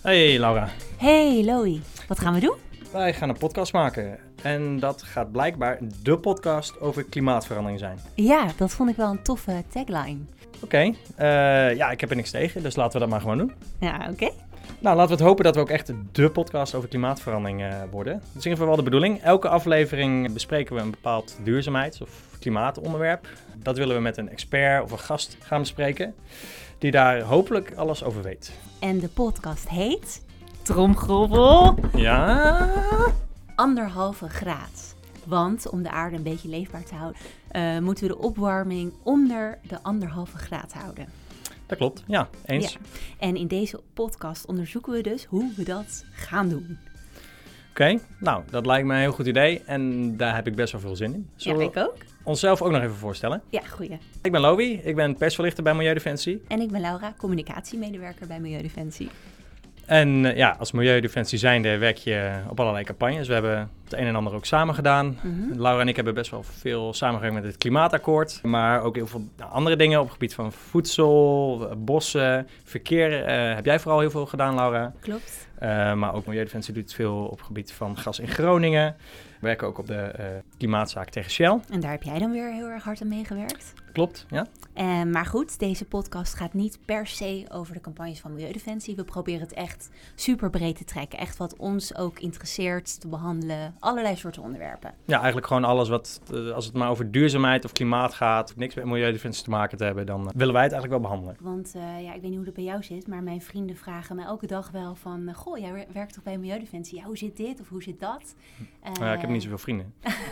Hey Laura. Hey Loï, wat gaan we doen? Wij gaan een podcast maken en dat gaat blijkbaar de podcast over klimaatverandering zijn. Ja, dat vond ik wel een toffe tagline. Oké, ik heb er niks tegen, dus laten we dat maar gewoon doen. Ja, oké. Nou, laten we het hopen dat we ook echt de podcast over klimaatverandering worden. Dat is in ieder geval wel de bedoeling. Elke aflevering bespreken we een bepaald duurzaamheids- of klimaatonderwerp. Dat willen we met een expert of een gast gaan bespreken, die daar hopelijk alles over weet. En de podcast heet... Tromgeroffel. Ja? 1,5 graad. Want om de aarde een beetje leefbaar te houden, moeten we de opwarming onder de 1,5 graad houden. Dat klopt, ja, eens. Ja. En in deze podcast onderzoeken we dus hoe we dat gaan doen. Oké, nou, dat lijkt me een heel goed idee en daar heb ik best wel veel zin in. Zullen Ja, we ik ook. onszelf ook nog even voorstellen? Ja, goeie. Ik ben Loï, ik ben persverlichter bij Milieudefensie. En ik ben Laura, communicatiemedewerker bij Milieudefensie. En als Milieudefensie zijnde werk je op allerlei campagnes. We hebben het een en ander ook samen gedaan. Mhm. Laura en ik hebben best wel veel samengewerkt met het klimaatakkoord. Maar ook heel veel andere dingen op het gebied van voedsel, bossen, verkeer. Heb jij vooral heel veel gedaan, Laura? Klopt. Maar ook Milieudefensie doet veel op het gebied van gas in Groningen. We werken ook op de klimaatzaak tegen Shell. En daar heb jij dan weer heel erg hard aan meegewerkt. Klopt, ja. Maar goed, deze podcast gaat niet per se over de campagnes van Milieudefensie. We proberen het echt super breed te trekken. Echt wat ons ook interesseert te behandelen. Allerlei soorten onderwerpen. Ja, eigenlijk gewoon alles wat, als het maar over duurzaamheid of klimaat gaat, niks met Milieudefensie te maken te hebben, dan willen wij het eigenlijk wel behandelen. Want ik weet niet hoe het bij jou zit, maar mijn vrienden vragen me elke dag wel van... Goh, jij werkt toch bij Milieudefensie? Ja, hoe zit dit of hoe zit dat? Ik heb niet zoveel vrienden.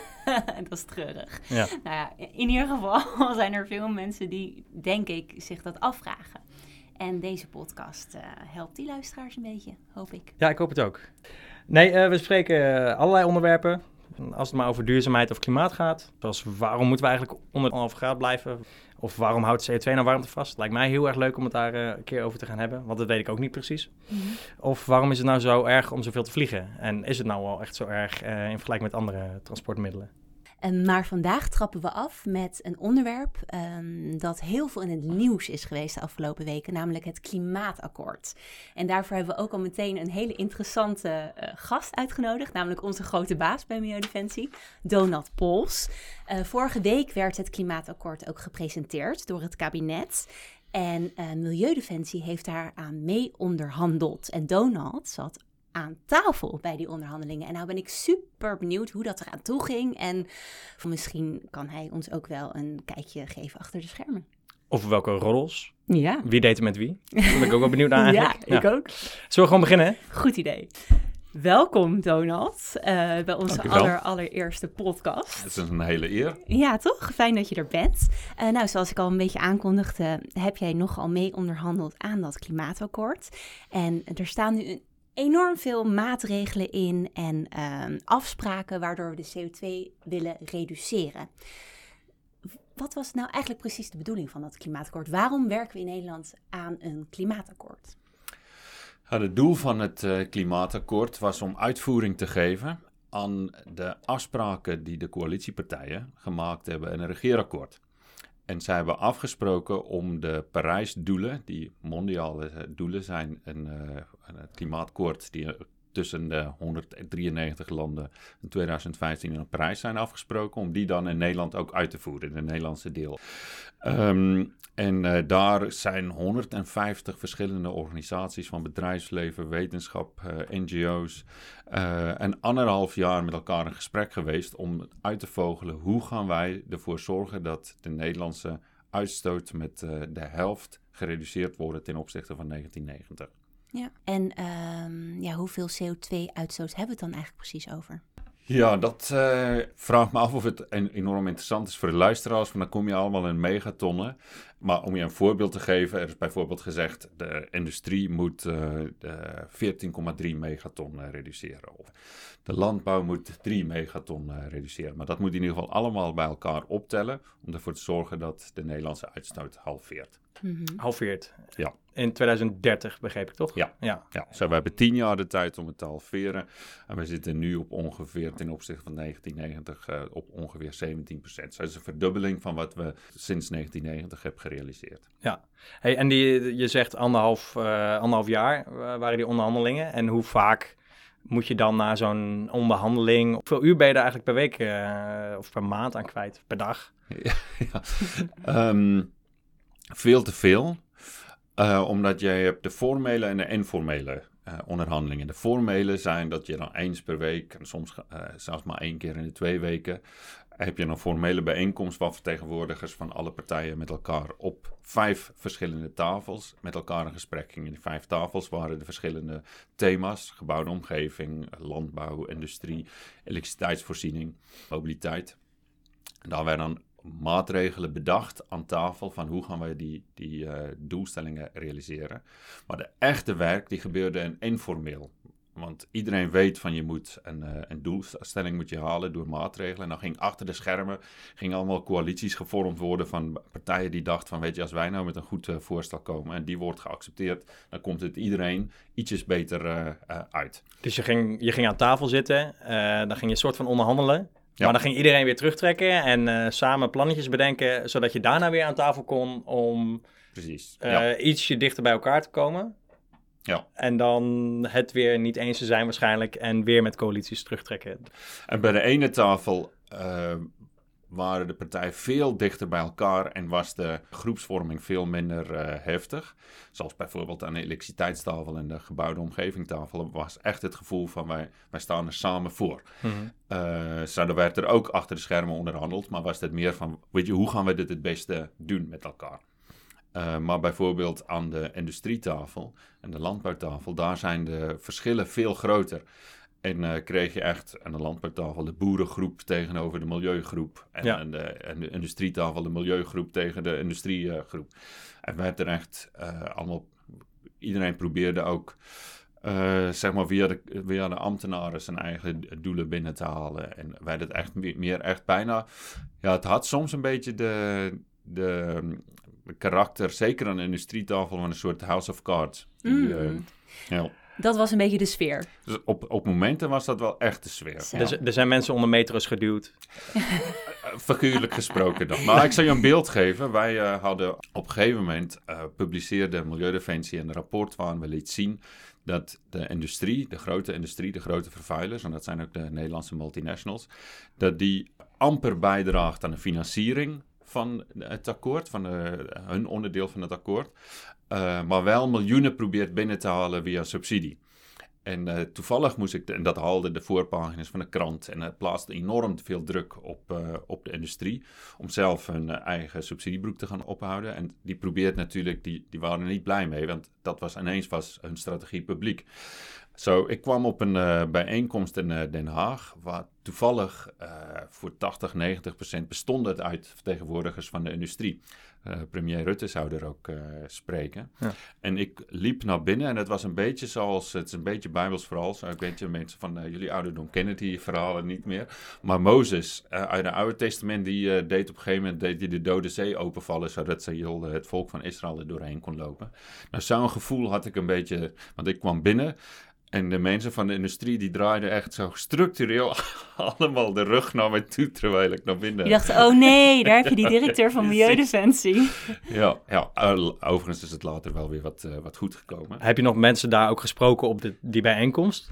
Dat is treurig. Ja. Nou ja, in ieder geval zijn er veel mensen die, denk ik, zich dat afvragen. En deze podcast helpt die luisteraars een beetje, hoop ik. Ja, ik hoop het ook. Nee, we spreken allerlei onderwerpen. Als het maar over duurzaamheid of klimaat gaat. Zoals waarom moeten we eigenlijk onder de 1,5 graad blijven? Of waarom houdt CO2 nou warmte vast? Het lijkt mij heel erg leuk om het daar een keer over te gaan hebben. Want dat weet ik ook niet precies. Mm-hmm. Of waarom is het nou zo erg om zoveel te vliegen? En is het nou wel echt zo erg in vergelijking met andere transportmiddelen? Maar vandaag trappen we af met een onderwerp dat heel veel in het nieuws is geweest de afgelopen weken, namelijk het klimaatakkoord. En daarvoor hebben we ook al meteen een hele interessante gast uitgenodigd, namelijk onze grote baas bij Milieudefensie, Donald Pols. Vorige week werd het klimaatakkoord ook gepresenteerd door het kabinet. En Milieudefensie heeft daaraan mee onderhandeld. En Donald zat aan tafel bij die onderhandelingen. En nou ben ik super benieuwd hoe dat eraan toe ging. En misschien kan hij ons ook wel een kijkje geven achter de schermen. Of welke roddels? Ja. Wie deed er met wie? Daar ben ik ook wel benieuwd naar eigenlijk. Ja, ik ook. Zullen we gewoon beginnen? Hè? Goed idee. Welkom Donald, bij onze allereerste podcast. Het is een hele eer. Ja, toch? Fijn dat je er bent. Zoals ik al een beetje aankondigde, heb jij nogal mee onderhandeld aan dat klimaatakkoord. En er staan nu enorm veel maatregelen in en afspraken waardoor we de CO2 willen reduceren. Wat was nou eigenlijk precies de bedoeling van dat klimaatakkoord? Waarom werken we in Nederland aan een klimaatakkoord? Het doel van het klimaatakkoord was om uitvoering te geven aan de afspraken die de coalitiepartijen gemaakt hebben in een regeerakkoord. En zij hebben afgesproken om de Parijsdoelen, die mondiale doelen zijn, een klimaatakkoord die tussen de 193 landen in 2015 in Parijs zijn afgesproken, om die dan in Nederland ook uit te voeren, in het Nederlandse deel. Daar zijn 150 verschillende organisaties van bedrijfsleven, wetenschap, NGO's en 1,5 jaar met elkaar in gesprek geweest om uit te vogelen hoe gaan wij ervoor zorgen dat de Nederlandse uitstoot met de helft gereduceerd wordt ten opzichte van 1990. Ja. En hoeveel CO2-uitstoot hebben we het dan eigenlijk precies over? Ja, dat vraagt me af of het enorm interessant is voor de luisteraars, want dan kom je allemaal in megatonnen. Maar om je een voorbeeld te geven, er is bijvoorbeeld gezegd, de industrie moet 14,3 megaton reduceren. Of de landbouw moet 3 megaton reduceren. Maar dat moet in ieder geval allemaal bij elkaar optellen, om ervoor te zorgen dat de Nederlandse uitstoot halveert. halveert. Ja. In 2030, begreep ik toch? Ja. Zo, we hebben 10 jaar de tijd om het te halveren. En we zitten nu op ongeveer, ten opzichte van 1990, op ongeveer 17%. Dus dat is een verdubbeling van wat we sinds 1990 hebben gerealiseerd. Ja. Hey, en je zegt anderhalf jaar waren die onderhandelingen. En hoe vaak moet je dan na zo'n onderhandeling... Hoeveel uur ben je daar eigenlijk per week of per maand aan kwijt? Per dag? Veel te veel. Omdat jij hebt de formele en de informele onderhandelingen. De formele zijn dat je dan eens per week, en soms zelfs maar 1 keer in de 2 weken, heb je een formele bijeenkomst waar vertegenwoordigers van alle partijen met elkaar op 5 verschillende tafels met elkaar een gesprek gingen. Die 5 tafels waren de verschillende thema's: gebouwde omgeving, landbouw, industrie, elektriciteitsvoorziening, mobiliteit. En daar werden dan maatregelen bedacht aan tafel van hoe gaan wij die doelstellingen realiseren. Maar de echte werk die gebeurde informeel. Want iedereen weet van je moet een doelstelling moet je halen door maatregelen. En dan ging achter de schermen allemaal coalities gevormd worden van partijen die dachten van weet je, als wij nou met een goed voorstel komen en die wordt geaccepteerd, dan komt het iedereen ietsjes beter uit. Dus je ging aan tafel zitten, dan ging je een soort van onderhandelen. Ja. Maar dan ging iedereen weer terugtrekken en samen plannetjes bedenken, zodat je daarna weer aan tafel kon om Precies. ietsje dichter bij elkaar te komen. Ja. En dan het weer niet eens te zijn waarschijnlijk en weer met coalities terugtrekken. En bij de ene tafel waren de partijen veel dichter bij elkaar en was de groepsvorming veel minder heftig. Zoals bijvoorbeeld aan de elektriciteitstafel en de gebouwde omgevingtafel was echt het gevoel van wij staan er samen voor. Mm-hmm. Zo werd er ook achter de schermen onderhandeld, maar was het meer van weet je, hoe gaan we dit het beste doen met elkaar? Maar bijvoorbeeld aan de industrietafel en de landbouwtafel, daar zijn de verschillen veel groter. En kreeg je echt aan de landbouwtafel de boerengroep tegenover de milieugroep. En de industrietafel de milieugroep tegen de industriegroep. En werd er echt allemaal... Iedereen probeerde ook, zeg maar via de ambtenaren zijn eigen doelen binnen te halen. En werd het echt meer echt bijna... Ja, het had soms een beetje de karakter, zeker aan de industrietafel, van een soort House of Cards. Dat was een beetje de sfeer. Dus op momenten was dat wel echt de sfeer. Er zijn mensen onder metro's geduwd. Figuurlijk gesproken dan. Maar ik zal je een beeld geven. Wij hadden op een gegeven moment publiceerde Milieudefensie een rapport waarin we liet zien dat de industrie, de grote vervuilers, en dat zijn ook de Nederlandse multinationals, dat die amper bijdraagt aan de financiering van het akkoord, van hun onderdeel van het akkoord. Maar wel miljoenen probeert binnen te halen via subsidie. En toevallig moest ik, en dat haalde de voorpagina's van de krant, en het plaatste enorm veel druk op de industrie om zelf hun eigen subsidiebroek te gaan ophouden. En die probeert natuurlijk, die waren er niet blij mee, want dat was ineens hun strategie publiek. Zo, ik kwam op een bijeenkomst in Den Haag, waar toevallig voor 80-90% bestond uit vertegenwoordigers van de industrie. Premier Rutte zou er ook spreken. Ja. En ik liep naar binnen en het was een beetje zoals, het is een beetje Bijbels verhaal. Zo, ik weet je, mensen van jullie ouderdom kennen die verhalen niet meer. Maar Mozes uit het Oude Testament, die deed op een gegeven moment de Dode Zee openvallen, zodat ze heel het volk van Israël er doorheen kon lopen. Nou, zo'n gevoel had ik een beetje, want ik kwam binnen. En de mensen van de industrie, die draaiden echt zo structureel allemaal de rug naar mij toe, terwijl ik naar binnen... Je dacht, oh nee, daar heb je die directeur van Milieudefensie. Ja, overigens is het later wel weer wat goed gekomen. Heb je nog mensen daar ook gesproken op die bijeenkomst?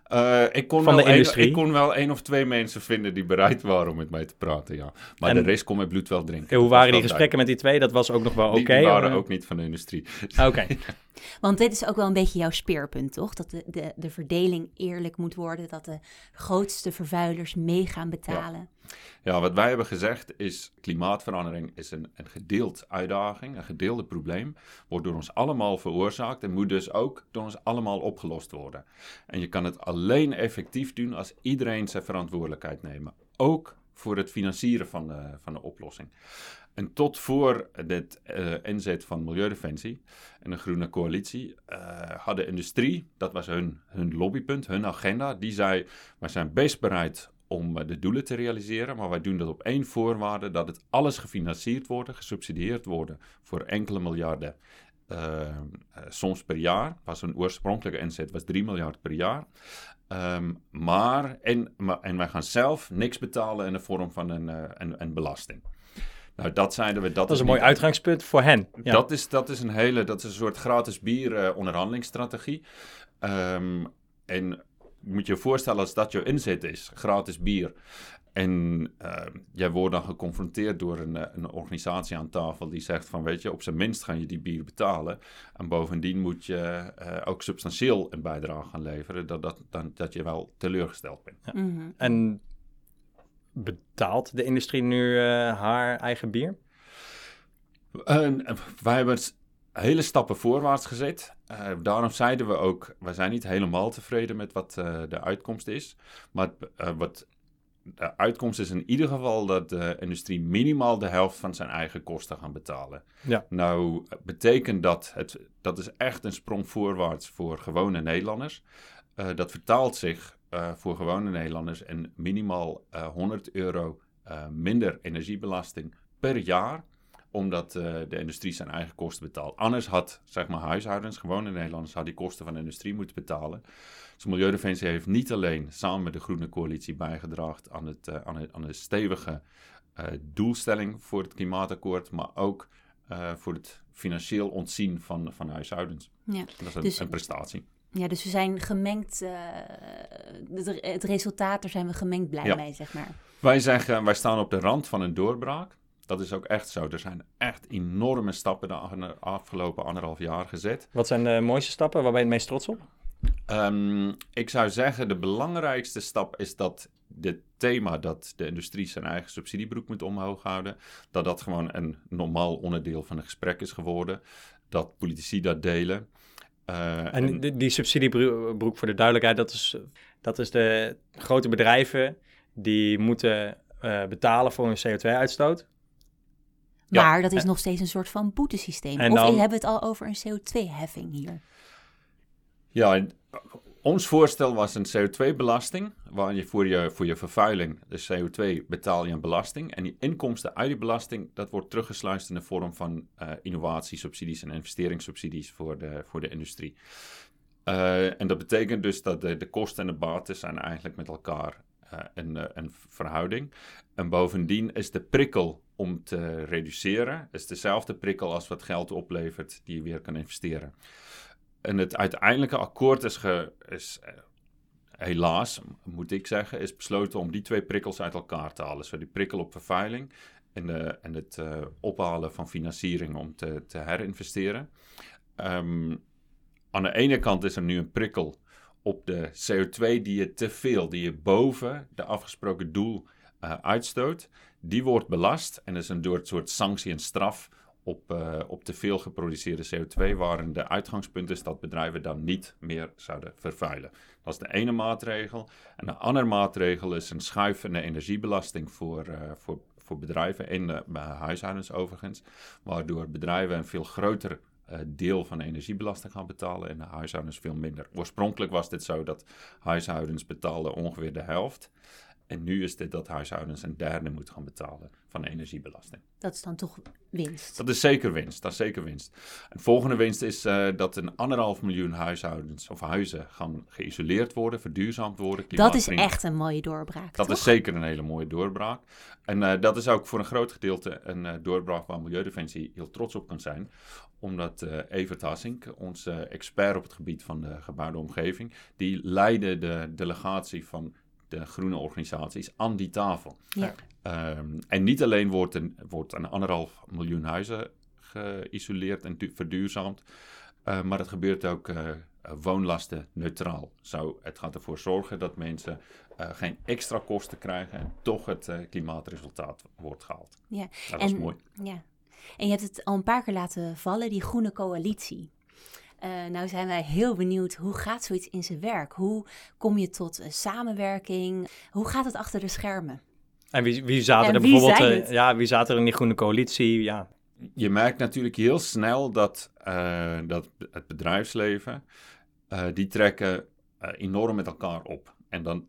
Ik kon wel 1 of 2 mensen vinden die bereid waren om met mij te praten, ja. Maar de rest kon mijn bloed wel drinken. Hoe waren die gesprekken met die 2? Dat was ook nog wel oké? Die waren ook niet van de industrie. Oké. Want dit is ook wel een beetje jouw speerpunt, toch? Dat de verdeling eerlijk moet worden, dat de grootste vervuilers mee gaan betalen. Ja, wat wij hebben gezegd is, klimaatverandering is een gedeeld uitdaging, een gedeelde probleem, wordt door ons allemaal veroorzaakt en moet dus ook door ons allemaal opgelost worden. En je kan het alleen effectief doen als iedereen zijn verantwoordelijkheid neemt, ook voor het financieren van de oplossing. En tot voor dit inzet van Milieudefensie en de Groene Coalitie had de industrie, dat was hun lobbypunt, hun agenda, die zei, wij zijn best bereid om de doelen te realiseren. Maar wij doen dat op 1 voorwaarde, dat het alles gefinancierd wordt, gesubsidieerd wordt voor enkele miljarden. Soms per jaar. Was een oorspronkelijke inzet was 3 miljard per jaar. En wij gaan zelf niks betalen in de vorm van een belasting. Nou, dat zeiden we. Dat is een mooi uitgangspunt voor hen. Ja. Dat is een soort gratis bier onderhandelingsstrategie. En moet je je voorstellen als dat jouw inzet is, gratis bier. En jij wordt dan geconfronteerd door een organisatie aan tafel die zegt van, weet je, op zijn minst ga je die bier betalen. En bovendien moet je ook substantieel een bijdrage gaan leveren, dat je wel teleurgesteld bent. Ja. Mm-hmm. En betaalt de industrie nu haar eigen bier? Wij hebben hele stappen voorwaarts gezet. Daarom zeiden we ook, wij zijn niet helemaal tevreden met wat de uitkomst is. Maar wat de uitkomst is in ieder geval dat de industrie minimaal de helft van zijn eigen kosten gaan betalen. Ja. Nou, betekent dat is echt een sprong voorwaarts voor gewone Nederlanders. Dat vertaalt zich voor gewone Nederlanders in minimaal €100 minder energiebelasting per jaar, omdat de industrie zijn eigen kosten betaalt. Anders had, zeg maar, huishoudens, gewone Nederlanders, die kosten van de industrie moeten betalen. Dus de Milieudefensie heeft niet alleen samen met de Groene Coalitie bijgedragen aan de stevige doelstelling voor het klimaatakkoord, maar ook voor het financieel ontzien van huishoudens. Ja. Dat is een prestatie. Ja, dus we zijn gemengd, het resultaat, daar zijn we gemengd blij mee, zeg maar. Wij staan op de rand van een doorbraak. Dat is ook echt zo. Er zijn echt enorme stappen de afgelopen 1,5 jaar gezet. Wat zijn de mooiste stappen? Waar ben je het meest trots op? Ik zou zeggen, de belangrijkste stap is dat dit thema dat de industrie zijn eigen subsidiebroek moet omhoog houden, dat gewoon een normaal onderdeel van het gesprek is geworden. Dat politici dat delen. Die subsidiebroek, voor de duidelijkheid, dat is de grote bedrijven die moeten betalen voor hun CO2-uitstoot. Maar dat is nog steeds een soort van boetesysteem. Of hebben we het al over een CO2-heffing hier? Ja, ons voorstel was een CO2-belasting, waar je voor je vervuiling, de CO2, betaal je een belasting. En die inkomsten uit die belasting, dat wordt teruggesluist in de vorm van innovatiesubsidies en investeringssubsidies voor de industrie. En dat betekent dus dat de kosten en de baten zijn eigenlijk met elkaar een verhouding. En bovendien is de prikkel om te reduceren, is dezelfde prikkel als wat geld oplevert die je weer kan investeren. En het uiteindelijke akkoord is helaas, moet ik zeggen, is besloten om die 2 prikkels uit elkaar te halen. Zo die prikkel op vervuiling en het ophalen van financiering om te herinvesteren. Aan de ene kant is er nu een prikkel op de CO2 die je boven de afgesproken doel uitstoot. Die wordt belast en is door het soort sanctie en straf op te veel geproduceerde CO2, waarin de uitgangspunt is dat bedrijven dan niet meer zouden vervuilen. Dat is de ene maatregel. En de andere maatregel is een schuivende energiebelasting voor bedrijven en huishoudens overigens, waardoor bedrijven een veel groter deel van de energiebelasting gaan betalen en de huishoudens veel minder. Oorspronkelijk was dit zo dat huishoudens betaalden ongeveer de helft. En nu is dit dat huishoudens een derde moeten gaan betalen van de energiebelasting. Dat is dan toch winst? Dat is zeker winst. En volgende winst is dat een 1,5 miljoen huishoudens of huizen gaan geïsoleerd worden, verduurzaamd worden. Dat is echt een mooie doorbraak, Dat toch? is zeker een hele mooie doorbraak. En dat is ook voor een groot gedeelte een doorbraak waar Milieudefensie heel trots op kan zijn. Omdat Evert Hassink, onze expert op het gebied van de gebouwde omgeving, die leidde de delegatie van de groene organisaties aan die tafel. Ja. En niet alleen wordt een 1,5 miljoen huizen geïsoleerd en verduurzaamd, maar het gebeurt ook woonlasten neutraal. Het gaat ervoor zorgen dat mensen geen extra kosten krijgen en toch het klimaatresultaat wordt gehaald. Ja. Dat is mooi. Ja. En je hebt het al een paar keer laten vallen, die Groene Coalitie. Nou zijn wij heel benieuwd, hoe gaat zoiets in zijn werk? Hoe kom je tot samenwerking? Hoe gaat het achter de schermen? En wie zaten er bijvoorbeeld? Wie zaten er in die Groene Coalitie? Ja. Je merkt natuurlijk heel snel dat het bedrijfsleven, die trekken enorm met elkaar op. En dan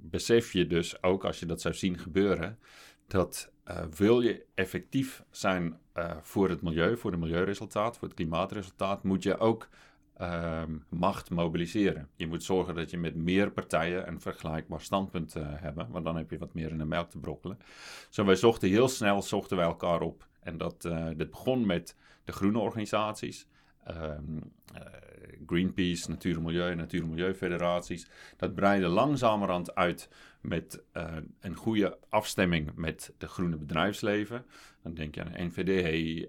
besef je dus ook, als je dat zou zien gebeuren, dat wil je effectief zijn voor het milieu, voor het milieuresultaat, voor het klimaatresultaat, moet je ook macht mobiliseren. Je moet zorgen dat je met meer partijen een vergelijkbaar standpunt hebben, want dan heb je wat meer in de melk te brokkelen. Zo wij zochten wij elkaar op. En dit begon met de groene organisaties, Greenpeace, Natuur en Milieufederaties. Dat breidde langzamerhand uit met een goede afstemming met de groene bedrijfsleven. Dan denk je aan NVDE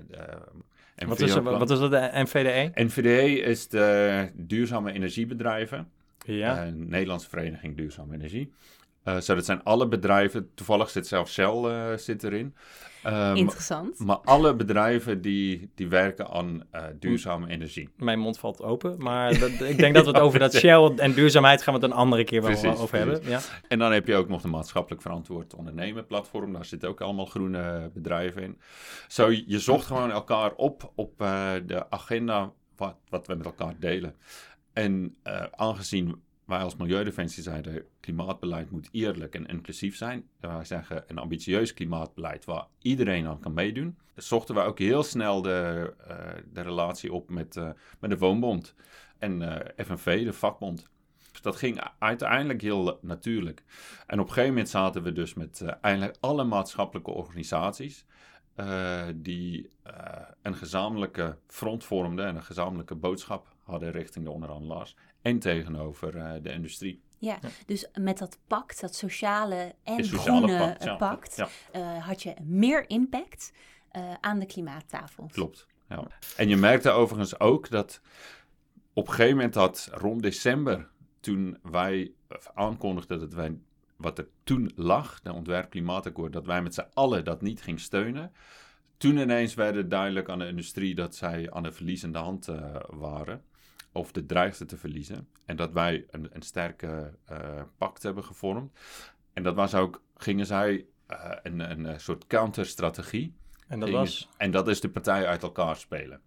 en Wat is dat, de NVDE? NVDE is de Duurzame Energiebedrijven. Ja. Nederlandse Vereniging Duurzame Energie. Dat zijn alle bedrijven, toevallig zit zelfs Shell zit erin. Interessant. Maar alle bedrijven die werken aan duurzame energie. Mijn mond valt open, maar ik denk dat we het over dat Shell en duurzaamheid gaan we het een andere keer wel over hebben. Ja. En dan heb je ook nog de maatschappelijk verantwoord ondernemen platform. Daar zitten ook allemaal groene bedrijven in. Zo, je zocht gewoon elkaar op de agenda wat we met elkaar delen. En aangezien wij als Milieudefensie zeiden, klimaatbeleid moet eerlijk en inclusief zijn. Wij zeggen een ambitieus klimaatbeleid waar iedereen aan kan meedoen. Zochten we ook heel snel de relatie op met de Woonbond en FNV, de vakbond. Dus dat ging uiteindelijk heel natuurlijk. En op een gegeven moment zaten we dus met eigenlijk alle maatschappelijke organisaties die een gezamenlijke front vormden en een gezamenlijke boodschap hadden richting de onderhandelaars en tegenover de industrie. Ja, dus met dat pact, dat sociale en groene pact, had je meer impact aan de klimaattafel. Klopt, ja. En je merkte overigens ook dat op een gegeven moment dat rond december, toen wij aankondigden dat wij, wat er toen lag, de ontwerp klimaatakkoord, dat wij met z'n allen dat niet gingen steunen. Toen ineens werd het duidelijk aan de industrie dat zij aan de verliezende hand waren. Of de dreigden te verliezen. En dat wij een sterke pact hebben gevormd. En dat was ook, gingen zij een soort counterstrategie. En dat was? En dat is de partijen uit elkaar spelen.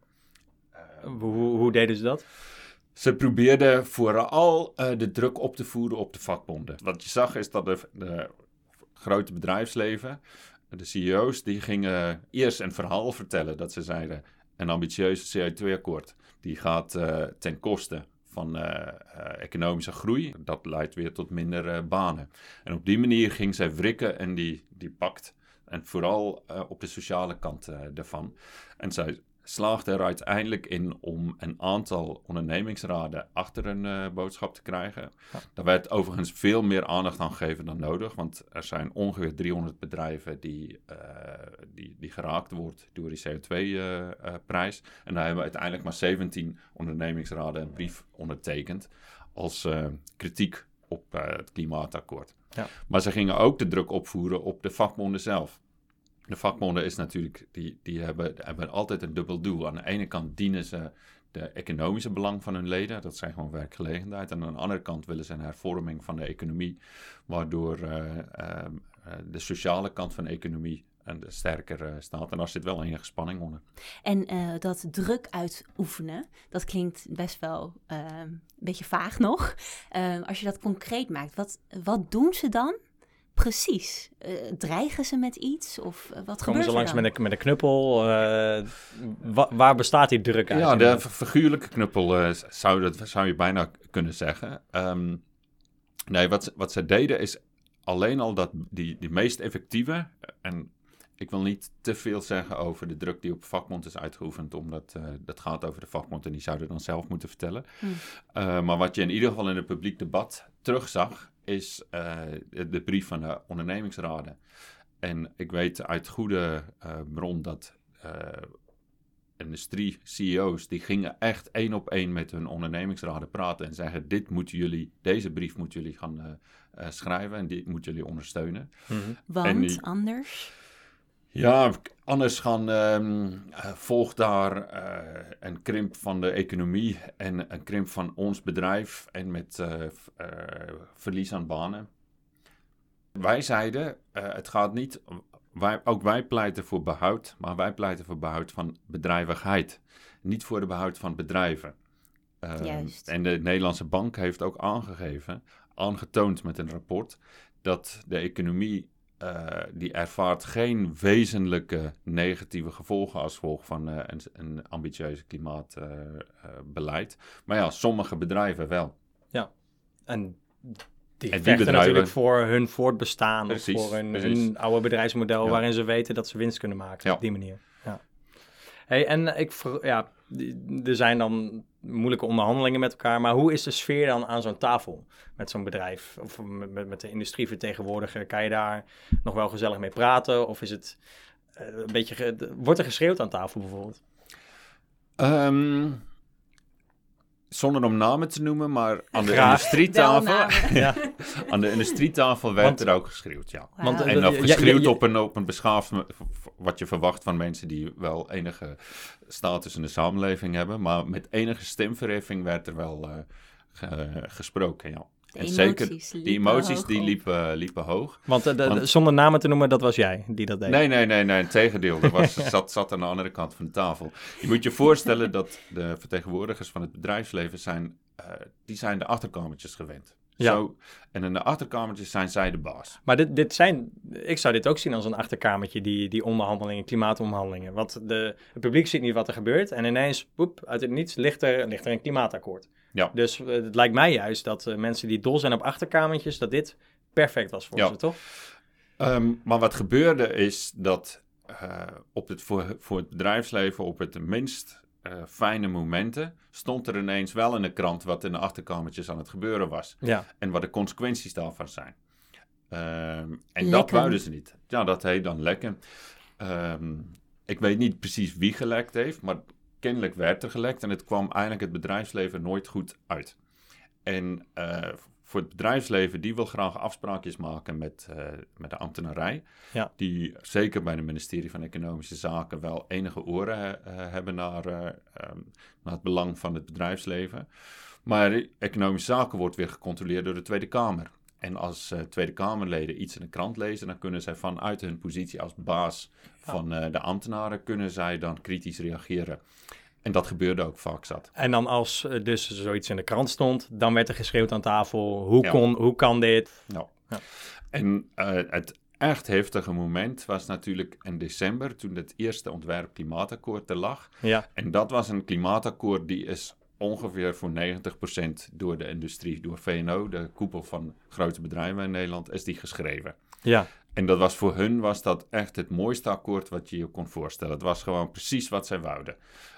Hoe deden ze dat? Ze probeerden vooral de druk op te voeren op de vakbonden. Wat je zag is dat de grote bedrijfsleven, de CEO's, die gingen eerst een verhaal vertellen. Dat ze zeiden, een ambitieus CO2-akkoord, die gaat ten koste van economische groei. Dat leidt weer tot minder banen. En op die manier ging zij wrikken en die pact. En vooral op de sociale kant daarvan. En zij slaagde er uiteindelijk in om een aantal ondernemingsraden achter een boodschap te krijgen. Ja. Daar werd overigens veel meer aandacht aan gegeven dan nodig, want er zijn ongeveer 300 bedrijven die geraakt wordt door die CO2-prijs. En daar hebben uiteindelijk maar 17 ondernemingsraden een brief ondertekend als kritiek op het klimaatakkoord. Ja. Maar ze gingen ook de druk opvoeren op de vakbonden zelf. De vakbonden is natuurlijk, die hebben altijd een dubbel doel. Aan de ene kant dienen ze de economische belang van hun leden. Dat zijn gewoon werkgelegenheid. En aan de andere kant willen ze een hervorming van de economie, waardoor de sociale kant van de economie sterker staat. En daar zit wel enige spanning onder. En dat druk uitoefenen, dat klinkt best wel een beetje vaag nog. Als je dat concreet maakt, wat doen ze dan? Precies. Dreigen ze met iets? Of wat gebeurt er dan? Komen ze langs met een knuppel? Waar bestaat die druk uit? Ja, de figuurlijke knuppel zou je bijna kunnen zeggen. Nee, wat ze deden is alleen al dat die meest effectieve... En ik wil niet te veel zeggen over de druk die op vakbond is uitgeoefend, omdat dat gaat over de vakbond en die zouden dan zelf moeten vertellen. Maar wat je in ieder geval in het publiek debat terugzag, is de brief van de ondernemingsraden. En ik weet uit goede bron dat industrie-CEO's, die gingen echt 1 op 1 met hun ondernemingsraden praten en zeggen, deze brief moeten jullie gaan schrijven en dit moeten jullie ondersteunen. Mm-hmm. Want anders? Ja, anders volgt daar een krimp van de economie en een krimp van ons bedrijf en met verlies aan banen. Wij zeiden, het gaat niet, ook wij pleiten voor behoud, maar wij pleiten voor behoud van bedrijvigheid. Niet voor de behoud van bedrijven. En de Nederlandse Bank heeft ook aangegeven, aangetoond met een rapport dat de economie die ervaart geen wezenlijke negatieve gevolgen als gevolg van een ambitieuze klimaatbeleid. Maar ja, sommige bedrijven wel. Ja, en die En vechten natuurlijk voor hun voortbestaan. Precies, of voor hun oude bedrijfsmodel waarin ze weten dat ze winst kunnen maken op die manier. Ja. Hey, en er zijn dan moeilijke onderhandelingen met elkaar, maar hoe is de sfeer dan aan zo'n tafel met zo'n bedrijf? Of met de industrievertegenwoordiger, kan je daar nog wel gezellig mee praten? Of is het een beetje, wordt er geschreeuwd aan tafel bijvoorbeeld? Zonder om namen te noemen, maar aan de industrietafel, aan de industrietafel werd er ook geschreeuwd, ja. Wow. En of geschreeuwd op een beschaafd, wat je verwacht van mensen die wel enige status in de samenleving hebben, maar met enige stemverheffing werd er wel gesproken, ja. En zeker, die emoties die liepen hoog. Want zonder namen te noemen, dat was jij die dat deed? Nee, tegendeel. Zat aan de andere kant van de tafel. Je moet je voorstellen dat de vertegenwoordigers van het bedrijfsleven zijn de achterkamertjes gewend. Ja. Zo, en in de achterkamertjes zijn zij de baas. Maar ik zou dit ook zien als een achterkamertje, die onderhandelingen, klimaatonderhandelingen. Want het publiek ziet niet wat er gebeurt en ineens, uit het niets, ligt er een klimaatakkoord. Ja. Dus het lijkt mij juist dat mensen die dol zijn op achterkamertjes, dat dit perfect was voor ze, toch? Maar wat gebeurde is dat voor het bedrijfsleven op het minst fijne momenten stond er ineens wel in de krant wat in de achterkamertjes aan het gebeuren was. Ja. En wat de consequenties daarvan zijn. En dat wouden ze niet. Ja, dat heet dan lekken. Ik weet niet precies wie gelekt heeft, maar kennelijk werd er gelekt en het kwam eigenlijk het bedrijfsleven nooit goed uit. En voor het bedrijfsleven, die wil graag afspraakjes maken met de ambtenarij. Ja. Die zeker bij het ministerie van Economische Zaken wel enige oren hebben naar het belang van het bedrijfsleven. Maar Economische Zaken wordt weer gecontroleerd door de Tweede Kamer. En als Tweede Kamerleden iets in de krant lezen, dan kunnen zij vanuit hun positie als baas van de ambtenaren, kunnen zij dan kritisch reageren. En dat gebeurde ook vaak zat. En dan als dus zoiets in de krant stond, dan werd er geschreeuwd aan tafel, hoe kan dit? Ja. En het echt heftige moment was natuurlijk in december, toen het eerste ontwerp klimaatakkoord er lag. Ja. En dat was een klimaatakkoord die is ongeveer voor 90% door de industrie, door VNO, de koepel van grote bedrijven in Nederland, is die geschreven. Ja. En voor hun was dat echt het mooiste akkoord wat je je kon voorstellen. Het was gewoon precies wat zij wouden.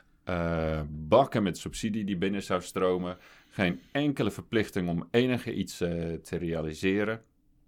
Bakken met subsidie die binnen zou stromen. Geen enkele verplichting om enige iets te realiseren.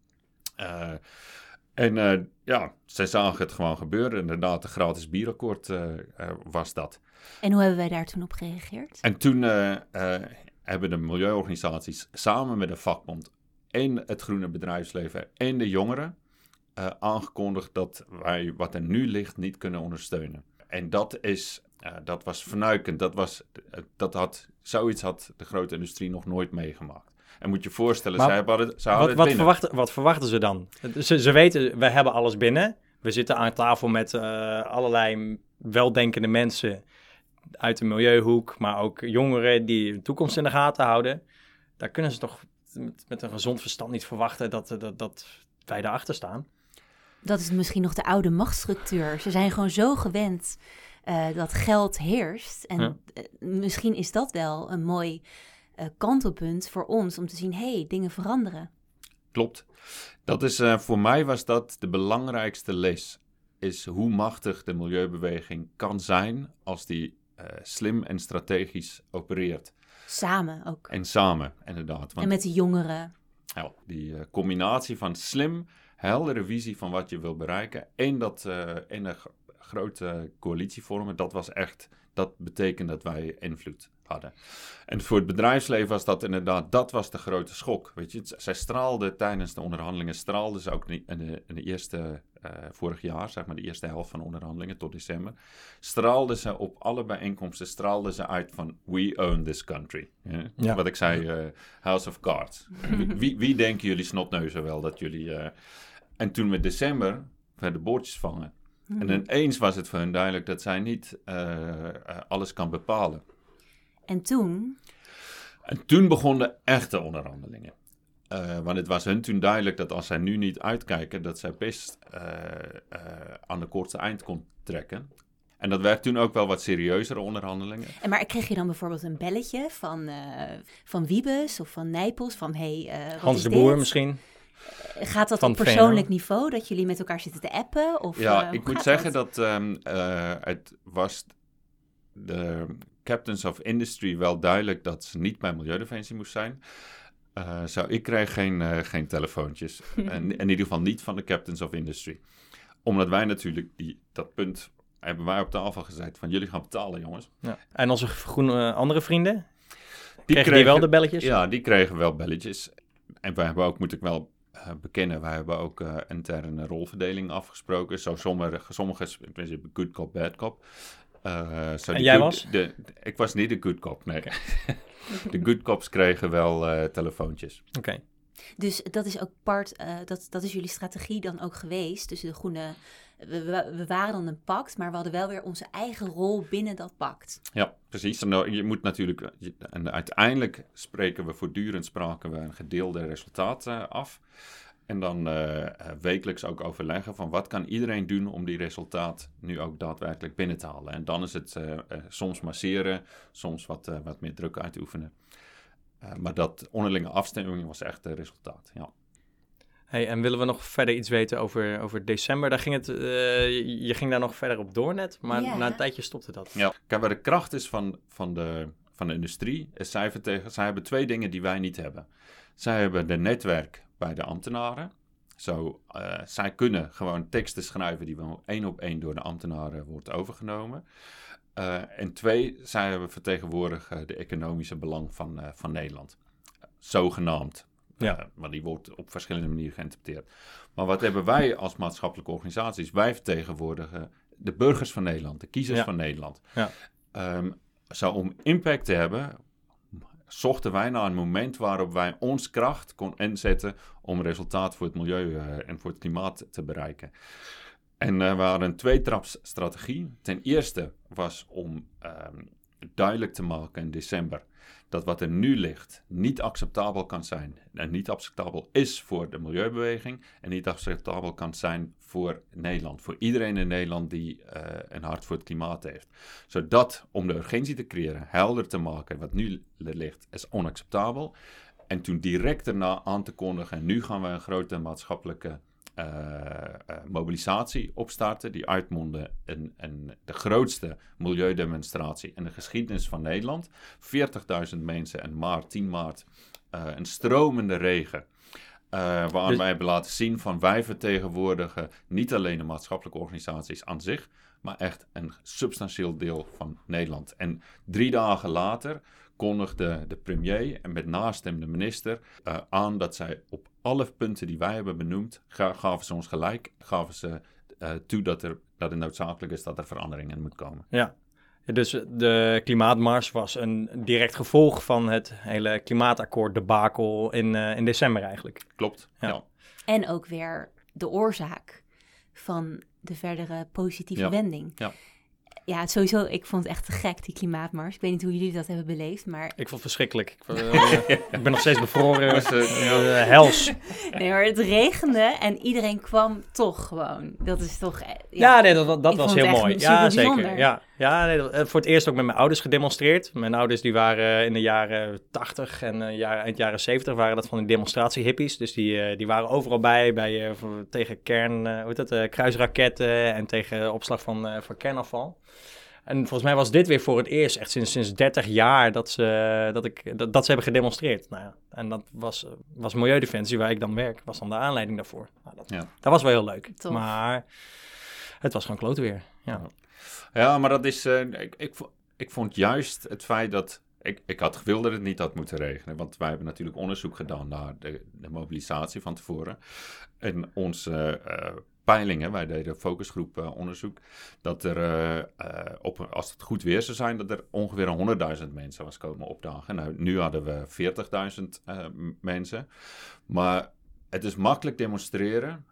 Zij zagen het gewoon gebeuren. Inderdaad, de gratis bierakkoord was dat. En hoe hebben wij daar toen op gereageerd? En toen hebben de milieuorganisaties samen met de vakbond en het groene bedrijfsleven en de jongeren aangekondigd dat wij wat er nu ligt niet kunnen ondersteunen. En dat was vernuikend. Zoiets had de grote industrie nog nooit meegemaakt. En moet je voorstellen, wat verwachten ze dan? Ze weten, we hebben alles binnen. We zitten aan tafel met allerlei weldenkende mensen uit de milieuhoek, maar ook jongeren die hun toekomst in de gaten houden. Daar kunnen ze toch met een gezond verstand niet verwachten dat wij daarachter staan. Dat is misschien nog de oude machtsstructuur. Ze zijn gewoon zo gewend dat geld heerst. En misschien is dat wel een mooi kantelpunt voor ons om te zien, dingen veranderen. Klopt. Dat is, voor mij was dat de belangrijkste les. Is hoe machtig de milieubeweging kan zijn als die slim en strategisch opereert. Samen ook. En samen, inderdaad. En met de jongeren. Ja, die combinatie van slim, heldere visie van wat je wil bereiken en een grote coalitie vormen, dat betekent dat wij invloed hadden. En voor het bedrijfsleven was dat inderdaad, dat was de grote schok. Weet je, zij straalde tijdens de onderhandelingen, straalde ze ook in de eerste, vorig jaar, zeg maar de eerste helft van de onderhandelingen tot december, straalde ze op alle bijeenkomsten, straalde ze uit van we own this country. Ja. Wat ik zei, House of Cards. Wie denken jullie snotneuzen wel dat jullie... En toen met december werden boordjes vangen. En ineens was het voor hun duidelijk dat zij niet alles kan bepalen. En toen? En toen begonnen echte onderhandelingen. Want het was hun toen duidelijk dat als zij nu niet uitkijken, dat zij best aan de kortste eind kon trekken. En dat werd toen ook wel wat serieuzere onderhandelingen. Maar kreeg je dan bijvoorbeeld een belletje van Wiebes of van Nijpels? Van Hans de Boer misschien? Gaat dat Van op persoonlijk VNO? niveau, dat jullie met elkaar zitten te appen? Of, Ja, ik hoe moet gaat zeggen dat het was de Captains of Industry wel duidelijk dat ze niet bij Milieudefensie moest zijn. Ik kreeg geen telefoontjes. En in ieder geval niet van de Captains of Industry. Omdat wij natuurlijk dat punt hebben wij op tafel gezet van jullie gaan betalen, jongens. Ja. En onze andere vrienden? Die Kregen die wel de belletjes? Ja, die kregen wel belletjes. En wij hebben ook, moet ik wel bekennen, wij hebben ook interne rolverdeling afgesproken. Zo sommige in principe good cop, bad cop. En jij was? Ik was niet de good cop, nee. De good cops kregen wel telefoontjes. Oké. Dus dat is ook dat is jullie strategie dan ook geweest. Dus de groene, we waren dan een pact, maar we hadden wel weer onze eigen rol binnen dat pact. Ja, precies. En je moet natuurlijk, en uiteindelijk spraken we een gedeelde resultaat af. En dan wekelijks ook overleggen van wat kan iedereen doen om die resultaat nu ook daadwerkelijk binnen te halen. En dan is het soms masseren, soms wat meer druk uitoefenen. Maar dat onderlinge afstemming was echt het resultaat, ja. Hey, en willen we nog verder iets weten over december? Daar ging je ging daar nog verder op door net, maar na een tijdje stopte dat. Ja, kijk, waar de kracht is van de industrie, is zij hebben twee dingen die wij niet hebben. Zij hebben de netwerk bij de ambtenaren. Zij kunnen gewoon teksten schrijven die wel 1 op 1 door de ambtenaren wordt overgenomen. En 2, zij hebben vertegenwoordigen de economische belang van Nederland. Zogenaamd. Ja. Maar die wordt op verschillende manieren geïnterpreteerd. Maar wat hebben wij als maatschappelijke organisaties? Wij vertegenwoordigen de burgers van Nederland, de kiezers van Nederland. Ja. Om impact te hebben, zochten wij naar een moment waarop wij ons kracht kon inzetten om resultaat voor het milieu en voor het klimaat te bereiken. En we hadden een 2-trapsstrategie. Ten eerste was om duidelijk te maken in december dat wat er nu ligt niet acceptabel kan zijn. En niet acceptabel is voor de milieubeweging en niet acceptabel kan zijn voor Nederland. Voor iedereen in Nederland die een hart voor het klimaat heeft. Zodat, om de urgentie te creëren, helder te maken wat nu ligt, is onacceptabel. En toen direct daarna aan te kondigen, nu gaan we een grote maatschappelijke mobilisatie opstarten, die uitmondde in de grootste milieudemonstratie in de geschiedenis van Nederland. 40.000 mensen en 10 maart, een stromende regen. Waar wij hebben laten zien van wij vertegenwoordigen niet alleen de maatschappelijke organisaties aan zich, maar echt een substantieel deel van Nederland. En 3 dagen later kondigde de premier en met naast hem de minister aan dat zij op alle punten die wij hebben benoemd, gaven ze ons gelijk, gaven ze toe dat het noodzakelijk is dat er verandering in moet komen. Ja, dus de klimaatmars was een direct gevolg van het hele klimaatakkoord debakel in december eigenlijk. Klopt, ja. En ook weer de oorzaak van de verdere positieve wending. Ja. Ja, sowieso, ik vond het echt te gek, die klimaatmars. Ik weet niet hoe jullie dat hebben beleefd, maar... Ik vond het verschrikkelijk. Ik ben nog steeds bevroren. Hels. Nee, maar het regende en iedereen kwam toch gewoon. Dat is toch... Ja, nee, dat was heel mooi. Ja, zeker. Bijzonder. Ja, nee, voor het eerst ook met mijn ouders gedemonstreerd. Mijn ouders die waren in de jaren 80 en eind jaren 70 waren dat van die demonstratie-hippies. Dus die waren overal bij tegen kruisraketten en tegen opslag van kernafval. En volgens mij was dit weer voor het eerst, echt sinds 30 jaar, dat ze hebben gedemonstreerd. Nou ja, en dat was Milieudefensie, waar ik dan werk, was dan de aanleiding daarvoor. Nou, dat was wel heel leuk. Tof. Maar het was gewoon klote weer. Ja, maar dat is... Ik vond juist het feit dat... Ik had gewild dat het niet had moeten regenen. Want wij hebben natuurlijk onderzoek gedaan naar de mobilisatie van tevoren. En onze peilingen, wij deden focusgroep onderzoek, dat er, als het goed weer zou zijn, dat er ongeveer 100.000 mensen was komen opdagen. Nou, nu hadden we 40.000 mensen. Maar het is makkelijk demonstreren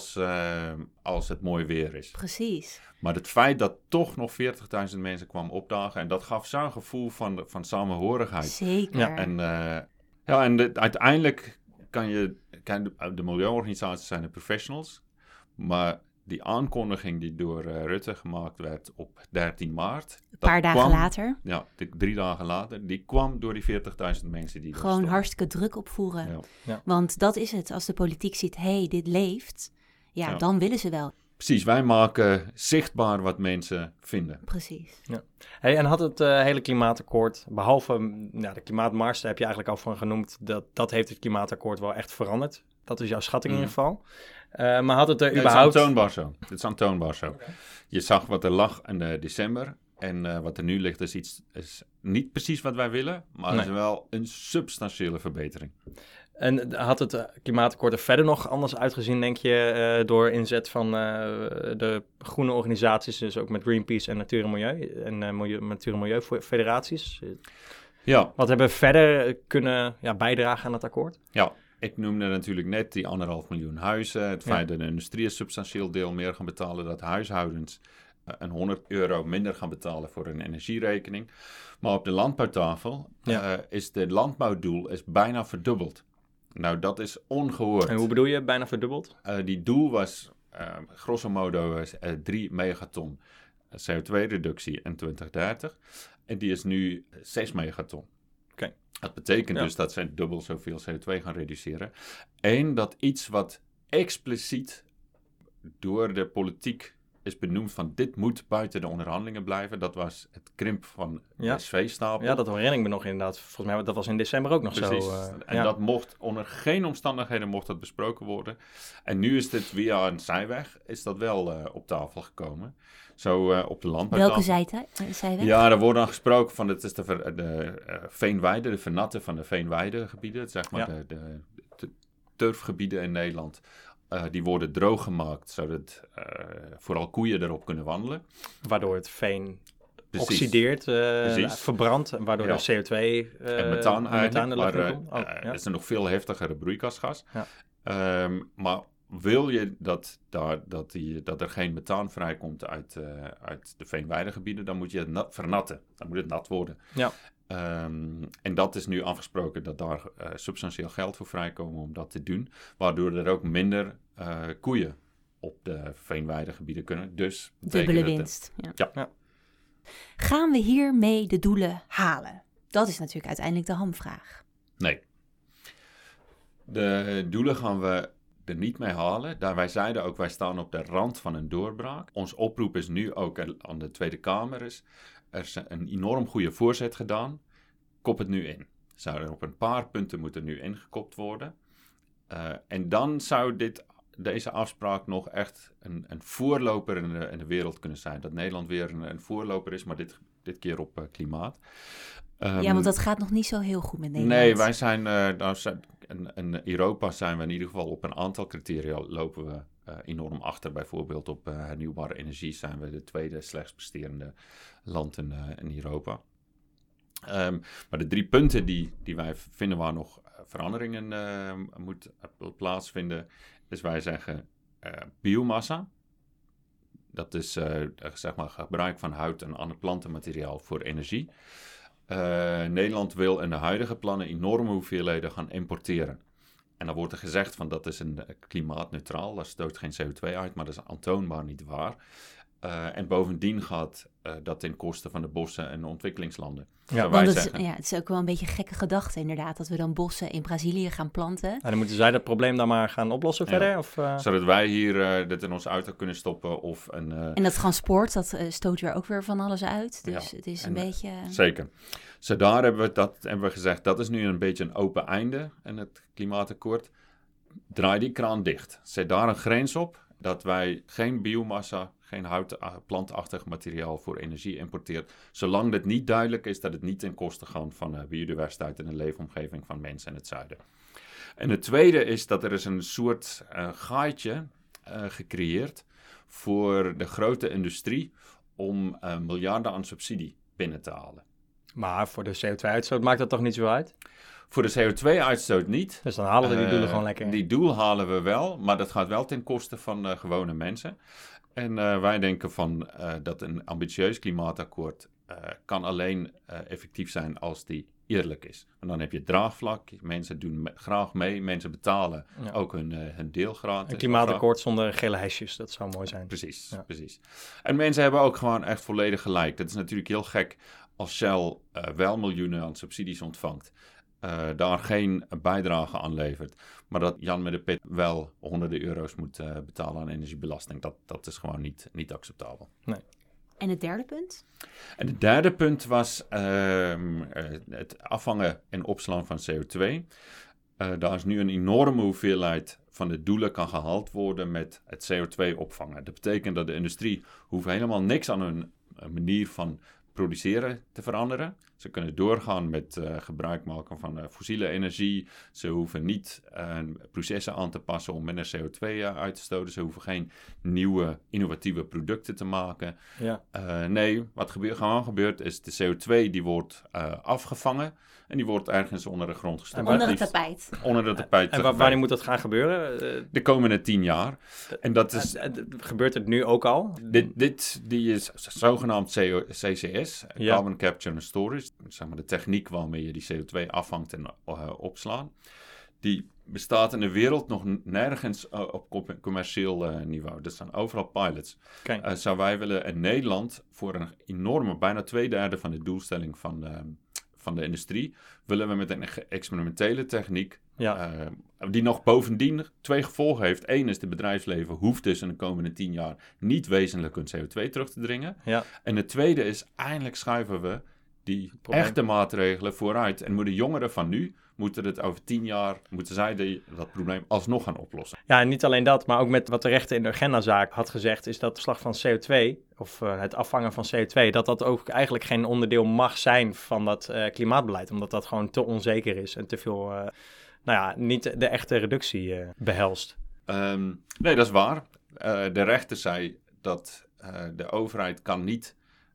als het mooi weer is. Precies. Maar het feit dat toch nog 40.000 mensen kwamen opdagen, en dat gaf zo'n gevoel van samenhorigheid. Zeker. Ja. En uiteindelijk de milieuorganisaties zijn de professionals, maar die aankondiging die door Rutte gemaakt werd op 13 maart... Een paar dagen later. Ja, 3 dagen later. Die kwam door die 40.000 mensen die gewoon hartstikke druk opvoeren. Ja. Ja. Want dat is het. Als de politiek ziet, dit leeft, dan willen ze wel. Precies, wij maken zichtbaar wat mensen vinden. Precies. Ja. Hey, en had het hele klimaatakkoord, behalve de klimaatmars, daar heb je eigenlijk al van genoemd, dat heeft het klimaatakkoord wel echt veranderd. Dat is jouw schatting in ieder geval. Maar had het er überhaupt... Het is aantoonbaar zo. Okay. Je zag wat er lag in december. En wat er nu ligt is niet precies wat wij willen. Maar het is wel een substantiële verbetering. En had het klimaatakkoord er verder nog anders uitgezien, denk je, door inzet van de groene organisaties, dus ook met Greenpeace en Natuur en Milieu en Natuur en Milieu federaties? Ja. Wat hebben we verder kunnen bijdragen aan het akkoord? Ja. Ik noemde natuurlijk net die 1,5 miljoen huizen. Het feit dat de industrie een substantieel deel meer gaan betalen. Dat huishoudens een €100 minder gaan betalen voor hun energierekening. Maar op de landbouwtafel is de landbouwdoel bijna verdubbeld. Nou, dat is ongehoord. En hoe bedoel je bijna verdubbeld? Die doel was grosso modo 3 megaton CO2-reductie in 2030. En die is nu 6 megaton. Okay. Dat betekent dus dat ze dubbel zoveel CO2 gaan reduceren. En dat iets wat expliciet door de politiek is benoemd van dit moet buiten de onderhandelingen blijven. Dat was het krimp van de SV-stapel. Ja, dat herinner ik me nog inderdaad. Volgens mij dat was in december ook nog Precies. zo. En dat mocht onder geen omstandigheden mocht dat besproken worden. En nu is dit via een zijweg is dat wel op tafel gekomen. Zo op de landbouwtafel. Welke zijweg? Ja, er wordt dan gesproken van het is de veenweide, de vernatten van de veenweidegebieden. Zeg maar de turfgebieden in Nederland. Die worden droog gemaakt, zodat vooral koeien erop kunnen wandelen. Waardoor het veen oxideert, verbrandt, en waardoor de CO2 en methaan eigenlijk, maar dat is een nog veel heftigere broeikasgas. Ja. Maar wil je dat er geen methaan vrijkomt uit de veenweidegebieden, dan moet je het vernatten. Dan moet het nat worden. Ja. En dat is nu afgesproken dat daar substantieel geld voor vrijkomen om dat te doen. Waardoor er ook minder koeien op de veenweidegebieden kunnen. Dus dubbele winst. Ja. Gaan we hiermee de doelen halen? Dat is natuurlijk uiteindelijk de hamvraag. Nee. De doelen gaan we er niet mee halen. Wij zeiden ook, wij staan op de rand van een doorbraak. Ons oproep is nu ook aan de Tweede Kamer er is een enorm goede voorzet gedaan. Kop het nu in. Zou er op een paar punten moeten nu ingekopt worden. En dan zou deze afspraak nog echt een voorloper in de wereld kunnen zijn. Dat Nederland weer een voorloper is, maar dit keer op klimaat. Want dat gaat nog niet zo heel goed met Nederland. Nee, wij zijn in Europa zijn we in ieder geval op een aantal criteria lopen we enorm achter. Bijvoorbeeld op hernieuwbare energie zijn we de tweede slechtst presterende land in Europa. Maar de 3 punten die wij vinden waar nog veranderingen moet plaatsvinden, is wij zeggen biomassa. Dat is zeg maar gebruik van hout en ander plantenmateriaal voor energie. Nederland wil in de huidige plannen enorme hoeveelheden gaan importeren. En dan wordt er gezegd van dat is een klimaatneutraal, dat stoot geen CO2 uit, maar dat is aantoonbaar niet waar. En bovendien gaat dat ten koste van de bossen en de ontwikkelingslanden. Ja, want het is ook wel een beetje een gekke gedachte inderdaad, dat we dan bossen in Brazilië gaan planten. En dan moeten zij dat probleem dan maar gaan oplossen verder? Of, zodat wij hier dit in ons auto kunnen stoppen. En dat transport, dat stoot weer ook weer van alles uit. Dus het is een beetje... Zeker. Zo daar hebben we gezegd, dat is nu een beetje een open einde in het klimaatakkoord. Draai die kraan dicht. Zet daar een grens op dat wij geen biomassa, geen plantachtig materiaal voor energie importeert, zolang het niet duidelijk is dat het niet ten koste gaat van biodiversiteit en de leefomgeving van mensen in het zuiden. En het tweede is dat er is een soort gaatje gecreëerd voor de grote industrie om miljarden aan subsidie binnen te halen. Maar voor de CO2-uitstoot maakt dat toch niet zo uit? Voor de CO2-uitstoot niet. Dus dan halen we die doelen gewoon lekker. Die doel halen we wel, maar dat gaat wel ten koste van gewone mensen. En wij denken dat een ambitieus klimaatakkoord kan alleen effectief zijn als die eerlijk is. Want dan heb je draagvlak, mensen doen graag mee, mensen betalen ook hun deel gratis. Een klimaatakkoord zonder gele hesjes, dat zou mooi zijn. Precies. En mensen hebben ook gewoon echt volledig gelijk. Dat is natuurlijk heel gek als Shell wel miljoenen aan subsidies ontvangt. Daar geen bijdrage aan levert. Maar dat Jan met de pit wel honderden euro's moet betalen aan energiebelasting. Dat is gewoon niet acceptabel. Nee. En het derde punt? En het derde punt was het afvangen en opslaan van CO2. Daar is nu een enorme hoeveelheid van de doelen kan gehaald worden met het CO2 opvangen. Dat betekent dat de industrie hoeft helemaal niks aan hun manier van produceren te veranderen. Ze kunnen doorgaan met gebruik maken van fossiele energie. Ze hoeven niet processen aan te passen om minder CO2 uit te stoten. Ze hoeven geen nieuwe innovatieve producten te maken. Ja. Nee, wat gewoon gebeurt is de CO2 die wordt afgevangen en die wordt ergens onder de grond gestopt. Onder het tapijt. Onder de tapijt. En wanneer moet dat gaan gebeuren? De komende 10 jaar. En dat is... Gebeurt het nu ook al? Die is zogenaamd CCS, Carbon Capture and Storage. Zeg maar de techniek waarmee je die CO2 afvangt en opslaat. Die bestaat in de wereld nog nergens op commercieel niveau. Dat zijn overal pilots. Zou wij willen in Nederland voor een enorme, bijna 2/3 van de doelstelling van de industrie, willen we met een experimentele techniek, die nog bovendien 2 gevolgen heeft. 1 is, het bedrijfsleven hoeft dus in de komende 10 jaar niet wezenlijk hun CO2 terug te dringen. Ja. En het tweede is, eindelijk schuiven we die echte maatregelen vooruit. En moeten jongeren van nu, moeten het over 10 jaar, moeten zij dat probleem alsnog gaan oplossen. Ja, en niet alleen dat, maar ook met wat de rechter in de agendazaak had gezegd, is dat de slag van CO2, of het afvangen van CO2, dat ook eigenlijk geen onderdeel mag zijn van dat klimaatbeleid. Omdat dat gewoon te onzeker is en te veel, niet de echte reductie behelst. Nee, dat is waar. De rechter zei dat de overheid kan niet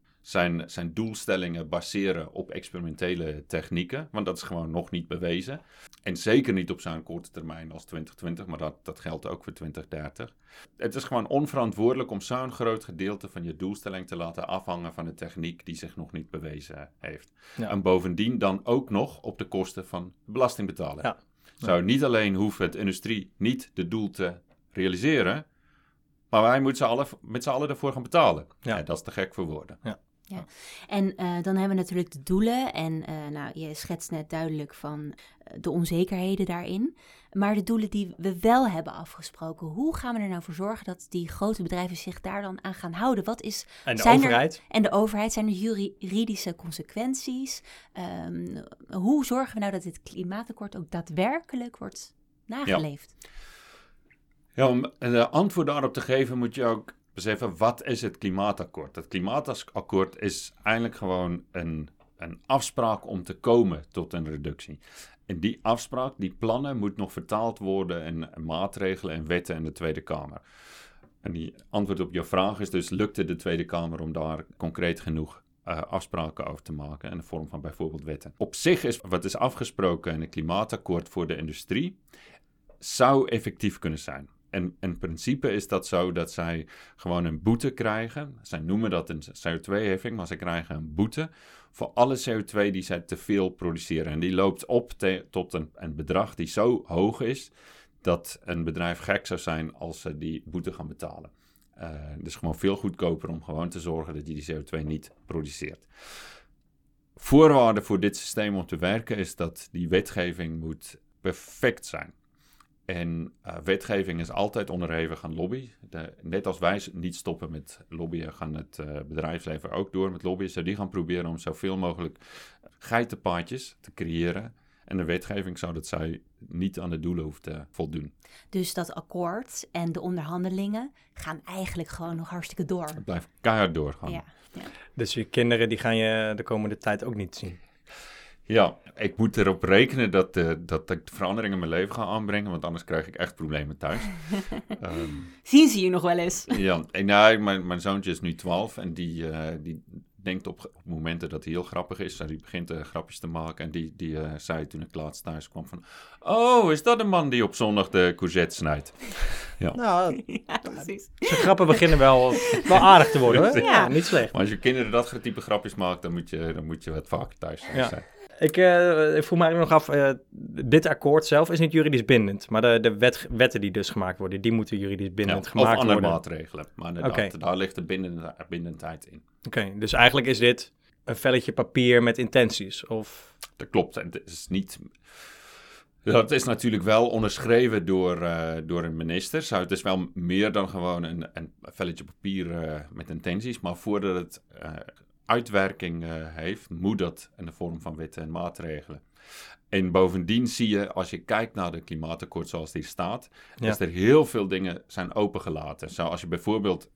zijn doelstellingen baseren op experimentele technieken. Want dat is gewoon nog niet bewezen. En zeker niet op zo'n korte termijn als 2020, maar dat geldt ook voor 2030. Het is gewoon onverantwoordelijk om zo'n groot gedeelte van je doelstelling te laten afhangen van een techniek die zich nog niet bewezen heeft. Ja. En bovendien dan ook nog op de kosten van de belastingbetaler. Ja. Zou niet alleen hoeven het industrie niet de doel te realiseren, maar wij moeten met z'n allen ervoor gaan betalen. Ja. Dat is te gek voor woorden. Ja. Ja, en dan hebben we natuurlijk de doelen en je schetst net duidelijk van de onzekerheden daarin. Maar de doelen die we wel hebben afgesproken, hoe gaan we er nou voor zorgen dat die grote bedrijven zich daar dan aan gaan houden? En de overheid? En de overheid, zijn er juridische consequenties? Hoe zorgen we nou dat dit klimaatakkoord ook daadwerkelijk wordt nageleefd? Ja, om een antwoord daarop te geven moet je ook beseffen, wat is het klimaatakkoord? Het klimaatakkoord is eigenlijk gewoon een afspraak om te komen tot een reductie. En die afspraak, die plannen, moet nog vertaald worden in maatregelen en wetten in de Tweede Kamer. En die antwoord op je vraag is dus, lukte de Tweede Kamer om daar concreet genoeg afspraken over te maken in de vorm van bijvoorbeeld wetten? Op zich is wat is afgesproken in het klimaatakkoord voor de industrie, zou effectief kunnen zijn. En in principe is dat zo dat zij gewoon een boete krijgen. Zij noemen dat een CO2-heffing, maar zij krijgen een boete voor alle CO2 die zij te veel produceren. En die loopt op tot een bedrag die zo hoog is dat een bedrijf gek zou zijn als ze die boete gaan betalen. Het is gewoon veel goedkoper om gewoon te zorgen dat je die CO2 niet produceert. Voorwaarde voor dit systeem om te werken is dat die wetgeving moet perfect zijn. En wetgeving is altijd onderhevig aan lobby. Net als wij niet stoppen met lobbyen, gaan het bedrijfsleven ook door met lobbyen. Zou die gaan proberen om zoveel mogelijk geitenpaadjes te creëren. En de wetgeving zou dat zij niet aan de doelen hoeft te voldoen. Dus dat akkoord en de onderhandelingen gaan eigenlijk gewoon nog hartstikke door. Het blijft keihard doorgaan. Ja. Dus je kinderen die gaan je de komende tijd ook niet zien? Ja, ik moet erop rekenen dat ik veranderingen in mijn leven ga aanbrengen, want anders krijg ik echt problemen thuis. Zien ze je nog wel eens? Ja, mijn zoontje is nu 12 en die denkt op momenten dat hij heel grappig is. Die begint grapjes te maken en die zei toen ik laatst thuis kwam van, oh, is dat de man die op zondag de courgette snijdt? Ja. Nou, ja, precies. Zijn grappen beginnen wel aardig te worden, hè? Ja, niet slecht. Maar als je kinderen dat type grapjes maakt, dan moet je wat vaker thuis zijn. Ik vroeg me eigenlijk nog af, dit akkoord zelf is niet juridisch bindend, maar de wetten die dus gemaakt worden, die moeten juridisch bindend gemaakt worden. Of andere maatregelen, maar inderdaad, daar ligt de bindendheid in. Oké, dus eigenlijk is dit een velletje papier met intenties, of... Dat klopt, het is niet... Dat is natuurlijk wel onderschreven door een minister. Het is wel meer dan gewoon een velletje papier met intenties, maar voordat het uitwerking heeft, moet dat in de vorm van wetten en maatregelen. En bovendien zie je, als je kijkt naar de klimaatakkoord zoals die staat, dat er heel veel dingen zijn opengelaten. Zo, als je bijvoorbeeld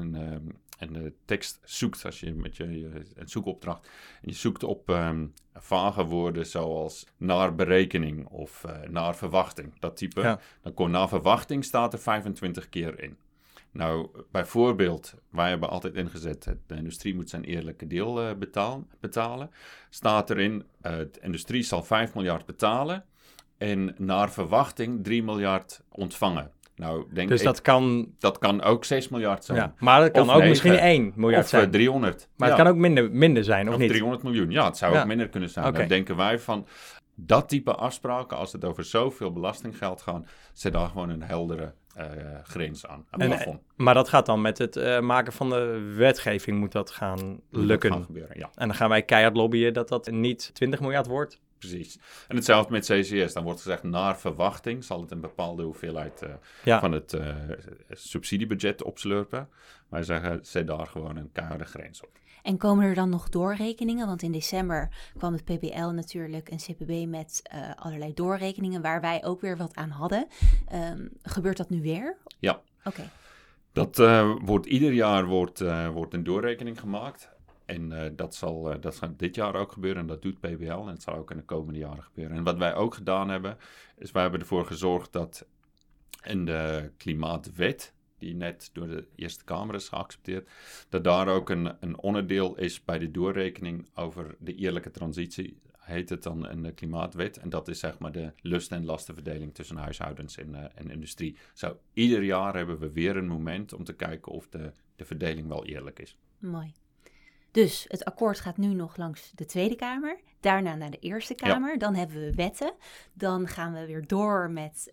een tekst zoekt, als je met een zoekopdracht, en je zoekt op vage woorden zoals naar berekening of naar verwachting, dat type, dan komt naar verwachting staat er 25 keer in. Nou, bijvoorbeeld, wij hebben altijd ingezet, de industrie moet zijn eerlijke deel betalen. Staat erin, de industrie zal 5 miljard betalen en naar verwachting 3 miljard ontvangen. Nou, dus dat kan ook 6 miljard zijn. Ja, maar dat kan ook 9, misschien 1 miljard zijn. Of 300. Maar het kan ook minder zijn, of niet? 300 miljoen, ja, het zou ook minder kunnen zijn. Dan denken wij van, dat type afspraken, als het over zoveel belastinggeld gaat, zet daar gewoon een heldere grens aan. Maar dat gaat dan met het maken van de wetgeving, moet dat gaan lukken. Dat gaan gebeuren, ja. En dan gaan wij keihard lobbyen dat niet 20 miljard wordt. Precies. En hetzelfde met CCS. Dan wordt gezegd, naar verwachting zal het een bepaalde hoeveelheid van het subsidiebudget opslurpen. Wij zeggen, zet daar gewoon een keiharde grens op. En komen er dan nog doorrekeningen? Want in december kwam het PBL natuurlijk en CPB met allerlei doorrekeningen waar wij ook weer wat aan hadden. Gebeurt dat nu weer? Ja. Oké. Dat wordt ieder jaar wordt een doorrekening gemaakt. En dat zal dit jaar ook gebeuren en dat doet PBL en het zal ook in de komende jaren gebeuren. En wat wij ook gedaan hebben, is wij hebben ervoor gezorgd dat in de klimaatwet, die net door de Eerste Kamer is geaccepteerd, dat daar ook een onderdeel is bij de doorrekening over de eerlijke transitie, heet het dan in de klimaatwet. En dat is zeg maar de lust- en lastenverdeling tussen huishoudens en industrie. Zo, ieder jaar hebben we weer een moment om te kijken of de verdeling wel eerlijk is. Mooi. Dus het akkoord gaat nu nog langs de Tweede Kamer, daarna naar de Eerste Kamer. Ja. Dan hebben we wetten. Dan gaan we weer door met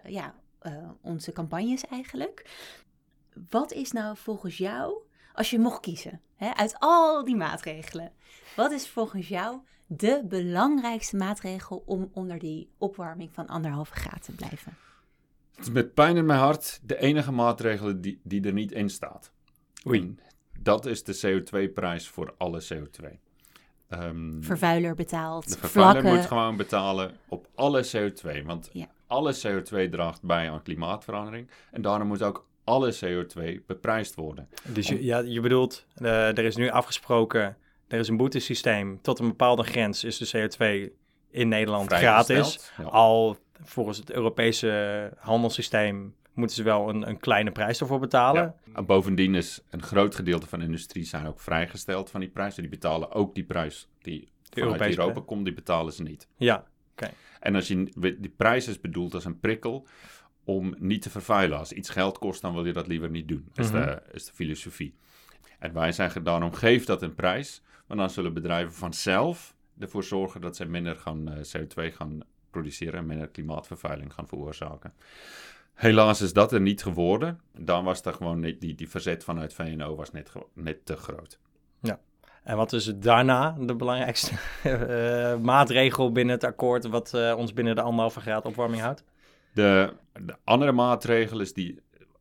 onze campagnes eigenlijk. Wat is nou volgens jou, als je mocht kiezen, uit al die maatregelen, wat is volgens jou de belangrijkste maatregel om onder die opwarming van 1,5 graden te blijven? Het is met pijn in mijn hart de enige maatregel die er niet in staat. Oei. Dat is de CO2-prijs voor alle CO2. Vervuiler betaalt. De vervuiler moet gewoon betalen op alle CO2. Want alle CO2 draagt bij aan klimaatverandering. En daarom moet ook alle CO2 beprijsd worden. Dus je bedoelt, er is nu afgesproken, er is een boetesysteem. Tot een bepaalde grens is de CO2 in Nederland gratis. Ja. Al volgens het Europese handelssysteem moeten ze wel een kleine prijs ervoor betalen. Ja. En bovendien is een groot gedeelte van de industrie zijn ook vrijgesteld van die prijs. Die betalen ook die prijs die vanuit Europa komt, die betalen ze niet. Ja, oké. En als die prijs is bedoeld als een prikkel om niet te vervuilen. Als iets geld kost, dan wil je dat liever niet doen. Is de filosofie. En wij zeggen daarom, geef dat een prijs. Want dan zullen bedrijven vanzelf ervoor zorgen dat ze minder CO2 gaan produceren en minder klimaatvervuiling gaan veroorzaken. Helaas is dat er niet geworden. Dan was er gewoon die verzet vanuit VNO was net te groot. Ja. En wat is daarna de belangrijkste maatregel binnen het akkoord wat ons binnen de 1,5 graden opwarming houdt? De andere maatregel is die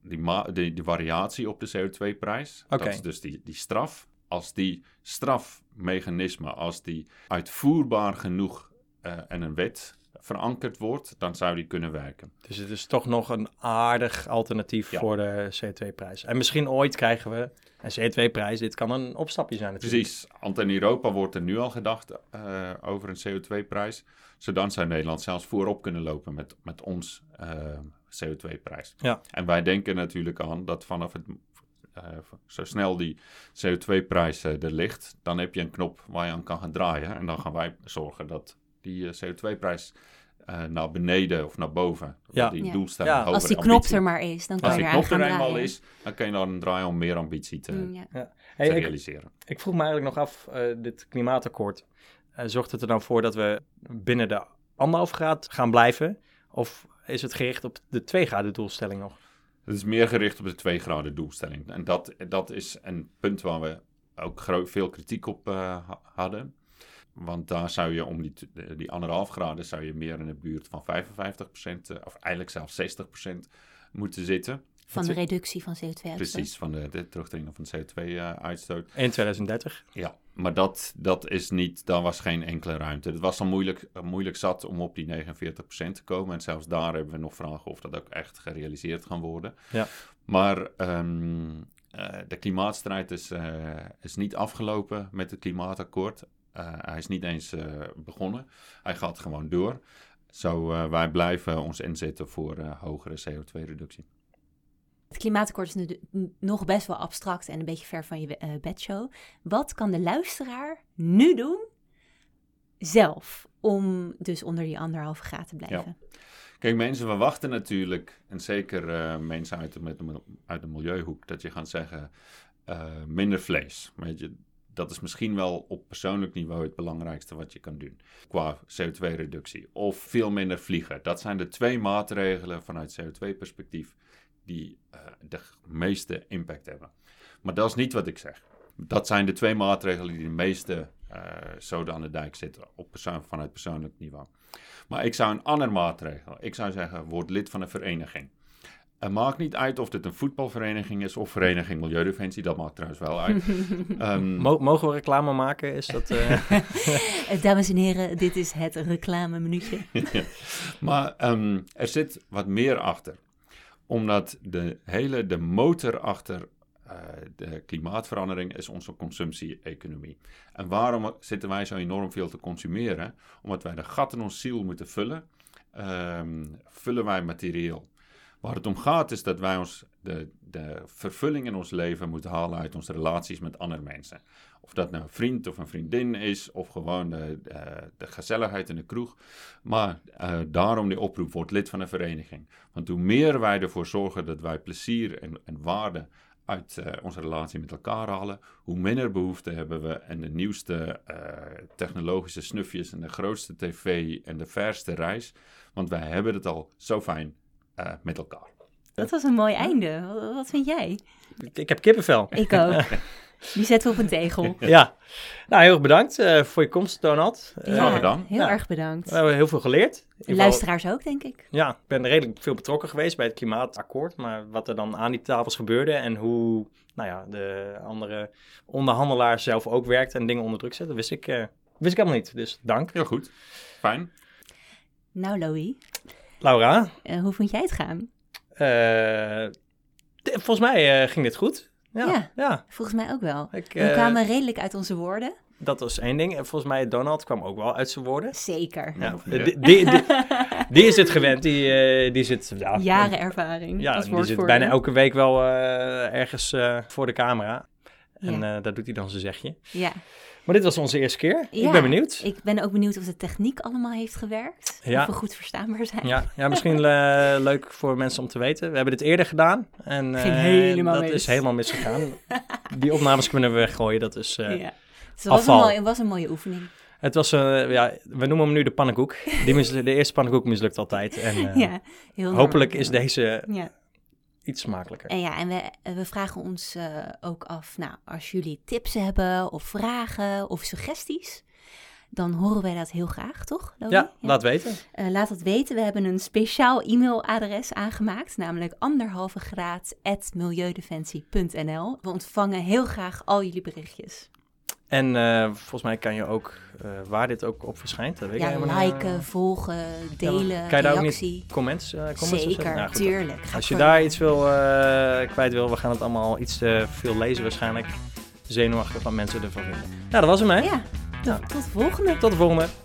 variatie op de CO2-prijs. Okay. Dat is dus die straf. Als die strafmechanisme, als die uitvoerbaar genoeg en een wet verankerd wordt, dan zou die kunnen werken. Dus het is toch nog een aardig alternatief voor de CO2-prijs. En misschien ooit krijgen we een CO2-prijs. Dit kan een opstapje zijn natuurlijk. Precies. Want in Europa wordt er nu al gedacht over een CO2-prijs. Zodat zou Nederland zelfs voorop kunnen lopen met ons CO2-prijs. Ja. En wij denken natuurlijk aan dat vanaf zo snel die CO2-prijs er ligt, dan heb je een knop waar je aan kan gaan draaien. En dan gaan wij zorgen dat die CO2-prijs naar beneden of naar boven. Die doelstelling hoger als die knop er maar is, dan kan je eraan gaan draaien. Als die knop er eenmaal is, dan kan je dan draaien om meer ambitie te realiseren. Ik vroeg me eigenlijk nog af, dit klimaatakkoord. zorgt het er dan voor dat we binnen de 1,5 graad gaan blijven? Of is het gericht op de 2 graden doelstelling nog? Het is meer gericht op de 2 graden doelstelling. En dat is een punt waar we ook veel kritiek op hadden. Want daar zou je om die 1,5 graden zou je meer in de buurt van 55%, of eigenlijk zelfs 60% moeten zitten. Van de reductie van CO2-uitstoot. Precies, van de terugdringen van CO2-uitstoot. In 2030? Ja, maar dat is niet, daar was geen enkele ruimte. Het was al moeilijk zat om op die 49% te komen. En zelfs daar hebben we nog vragen of dat ook echt gerealiseerd gaan worden. Ja. Maar de klimaatstrijd is niet afgelopen met het klimaatakkoord. Hij is niet eens begonnen. Hij gaat gewoon door. Zo wij blijven ons inzetten voor hogere CO2-reductie. Het klimaatakkoord is nu nog best wel abstract en een beetje ver van je bedshow. Wat kan de luisteraar nu doen, zelf, om dus onder die 1,5 graad te blijven? Ja. Kijk, mensen verwachten natuurlijk, en zeker mensen uit de milieuhoek, dat je gaat zeggen, minder vlees. Weet je, dat is misschien wel op persoonlijk niveau het belangrijkste wat je kan doen qua CO2-reductie. Of veel minder vliegen. Dat zijn de 2 maatregelen vanuit CO2-perspectief die de meeste impact hebben. Maar dat is niet wat ik zeg. Dat zijn de 2 maatregelen die de meeste zoden aan de dijk zitten vanuit persoonlijk niveau. Maar ik zou een andere maatregel, ik zou zeggen, word lid van een vereniging. Het maakt niet uit of dit een voetbalvereniging is of vereniging Milieudefensie, dat maakt trouwens wel uit. Mogen we reclame maken? Is dat, Dames en heren, dit is het reclame-minuutje. Ja. Maar er zit wat meer achter. Omdat de motor achter de klimaatverandering is onze consumptie-economie. En waarom zitten wij zo enorm veel te consumeren? Omdat wij de gat in ons ziel moeten vullen. Vullen wij materieel. Waar het om gaat is dat wij de vervulling in ons leven moeten halen uit onze relaties met andere mensen. Of dat nou een vriend of een vriendin is, of gewoon de gezelligheid in de kroeg. Maar daarom die oproep, word lid van een vereniging. Want hoe meer wij ervoor zorgen dat wij plezier en waarde uit onze relatie met elkaar halen, hoe minder behoefte hebben we aan de nieuwste technologische snufjes en de grootste tv en de verste reis. Want wij hebben het al zo fijn met elkaar. Dat was een mooi einde. Wat vind jij? Ik heb kippenvel. Ik ook. Die zetten we op een tegel. Ja. Nou, heel erg bedankt voor je komst, Donald. Graag gedaan. Heel erg bedankt. We hebben heel veel geleerd. Luisteraars ook, denk ik. Ja, ik ben redelijk veel betrokken geweest bij het klimaatakkoord. Maar wat er dan aan die tafels gebeurde en hoe de andere onderhandelaar zelf ook werkt en dingen onder druk zet, dat wist ik helemaal niet. Dus dank. Heel goed. Fijn. Nou, Louis. Laura. Hoe vond jij het gaan? Volgens mij ging dit goed. Ja. Volgens mij ook wel. We kwamen redelijk uit onze woorden. Dat was één ding. En volgens mij, Donald kwam ook wel uit zijn woorden. Zeker. Ja, die is het gewend. Die zit... Ja, jaren ervaring. Ja, die zit bijna elke week wel ergens voor de camera. En daar doet hij dan zijn zegje. Ja. Maar dit was onze eerste keer. Ja, ik ben benieuwd. Ik ben ook benieuwd of de techniek allemaal heeft gewerkt. Ja. Of we goed verstaanbaar zijn. Ja, misschien leuk voor mensen om te weten. We hebben dit eerder gedaan. En ging helemaal mis. Is helemaal misgegaan. Die opnames kunnen we weggooien. Dat is Dus het was een mooie oefening. Het was, we noemen hem nu de pannenkoek. De eerste pannenkoek mislukt altijd. En heel hopelijk is deze... Ja. Iets smakelijker. En we vragen ons ook af, als jullie tips hebben of vragen of suggesties, dan horen wij dat heel graag, toch? Louis? Ja, laat weten. Laat het weten. We hebben een speciaal e-mailadres aangemaakt, namelijk 1,5graad@milieudefensie.nl. We ontvangen heel graag al jullie berichtjes. En volgens mij kan je ook, waar dit ook op verschijnt, dat weet ik liken, volgen, delen, kan je daar reactie. Ook niet comments Zeker, nou, tuurlijk. Als je daar iets kwijt wil, we gaan het allemaal iets te veel lezen waarschijnlijk. Zenuwachtig wat mensen ervan vinden. Nou, dat was hem, hè? Ja, tot de volgende. Tot de volgende.